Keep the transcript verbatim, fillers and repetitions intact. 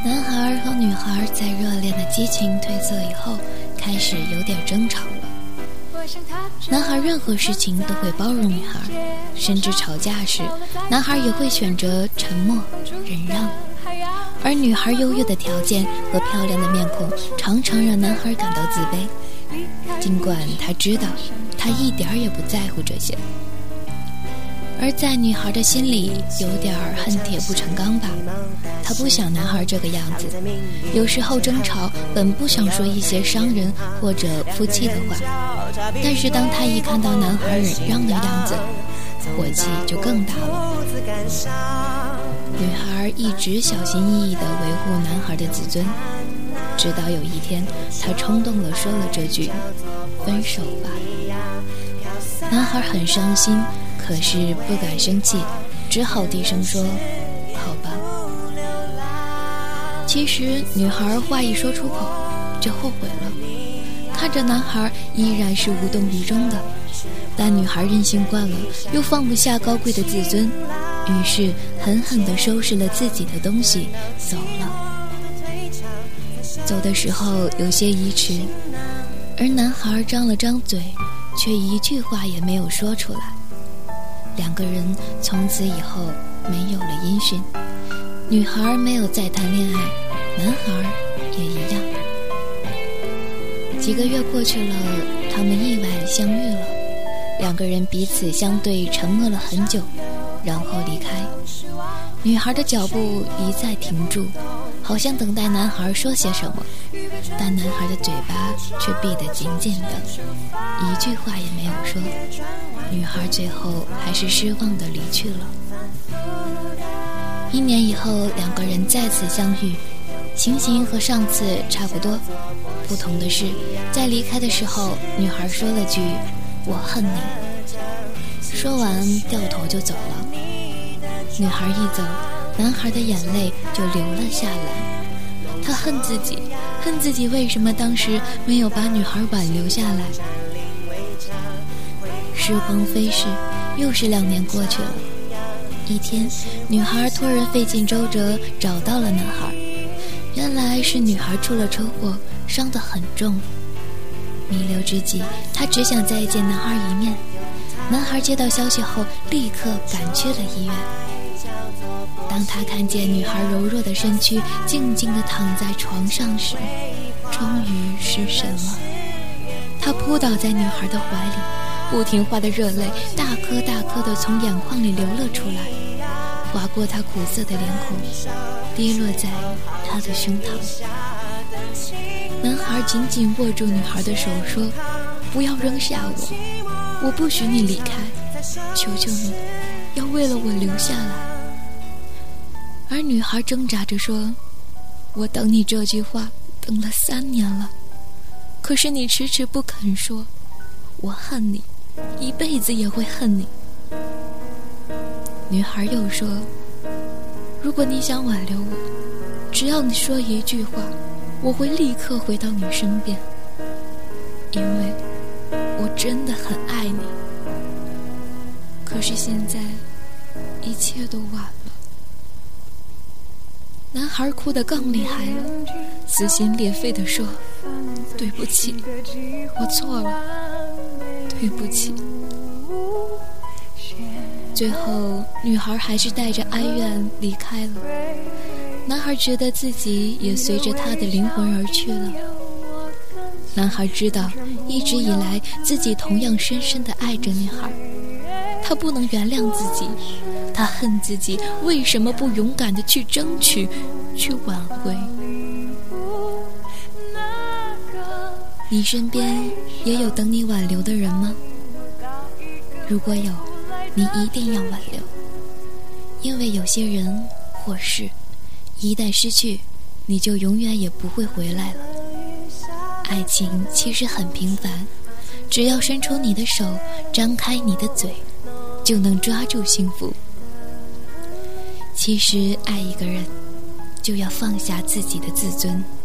男孩和女孩在热恋的激情褪色以后，开始有点争吵了。男孩任何事情都会包容女孩，甚至吵架时，男孩也会选择沉默忍让。而女孩优越的条件和漂亮的面孔，常常让男孩感到自卑，尽管他知道他一点也不在乎这些。而在女孩的心里有点恨铁不成钢吧，她不想男孩这个样子，有时候争吵本不想说一些伤人或者负气的话，但是当她一看到男孩忍让的样子，火气就更大了。女孩一直小心翼翼地维护男孩的自尊，直到有一天她冲动地说了这句分手吧。男孩很伤心，可是不敢生气，只好低声说好吧。其实女孩话一说出口就后悔了，看着男孩依然是无动于衷的，但女孩任性惯了，又放不下高贵的自尊，于是狠狠地收拾了自己的东西走了。走的时候有些移迟，而男孩张了张嘴，却一句话也没有说出来。两个人从此以后没有了音讯，女孩没有再谈恋爱，男孩也一样。几个月过去了，他们意外相遇了，两个人彼此相对沉默了很久，然后离开。女孩的脚步一再停住，好像等待男孩说些什么，但男孩的嘴巴却闭得紧紧的，一句话也没有说。女孩最后还是失望地离去了。一年以后，两个人再次相遇，情形和上次差不多，不同的是，在离开的时候，女孩说了句我恨你，说完掉头就走了。女孩一走，男孩的眼泪就流了下来，他恨自己，恨自己为什么当时没有把女孩挽留下来。时光飞逝，又是两年过去了。一天，女孩托人费尽周折找到了男孩，原来是女孩出了车祸，伤得很重。弥留之际，她只想再见男孩一面。男孩接到消息后，立刻赶去了医院。当他看见女孩柔弱的身躯静静地躺在床上时，终于失神了。他扑倒在女孩的怀里，不听话的热泪大颗大颗地从眼眶里流了出来，划过她苦涩的脸孔，滴落在她的胸膛。男孩紧紧握住女孩的手说，不要扔下我，我不许你离开，求求你要为了我留下来。而女孩挣扎着说，我等你这句话等了三年了，可是你迟迟不肯说，我恨你，一辈子也会恨你。女孩又说，如果你想挽留我，只要你说一句话，我会立刻回到你身边，因为我真的很爱你。可是现在一切都晚了。男孩哭得更厉害了，撕心裂肺地说，对不起，我错了，对不起。最后女孩还是带着哀怨离开了，男孩觉得自己也随着她的灵魂而去了。男孩知道一直以来自己同样深深地爱着女孩，他不能原谅自己，他恨自己为什么不勇敢地去争取，去挽回。你身边也有等你挽留的人吗？如果有，你一定要挽留，因为有些人或事一旦失去，你就永远也不会回来了。爱情其实很平凡，只要伸出你的手，张开你的嘴，就能抓住幸福。其实爱一个人，就要放下自己的自尊。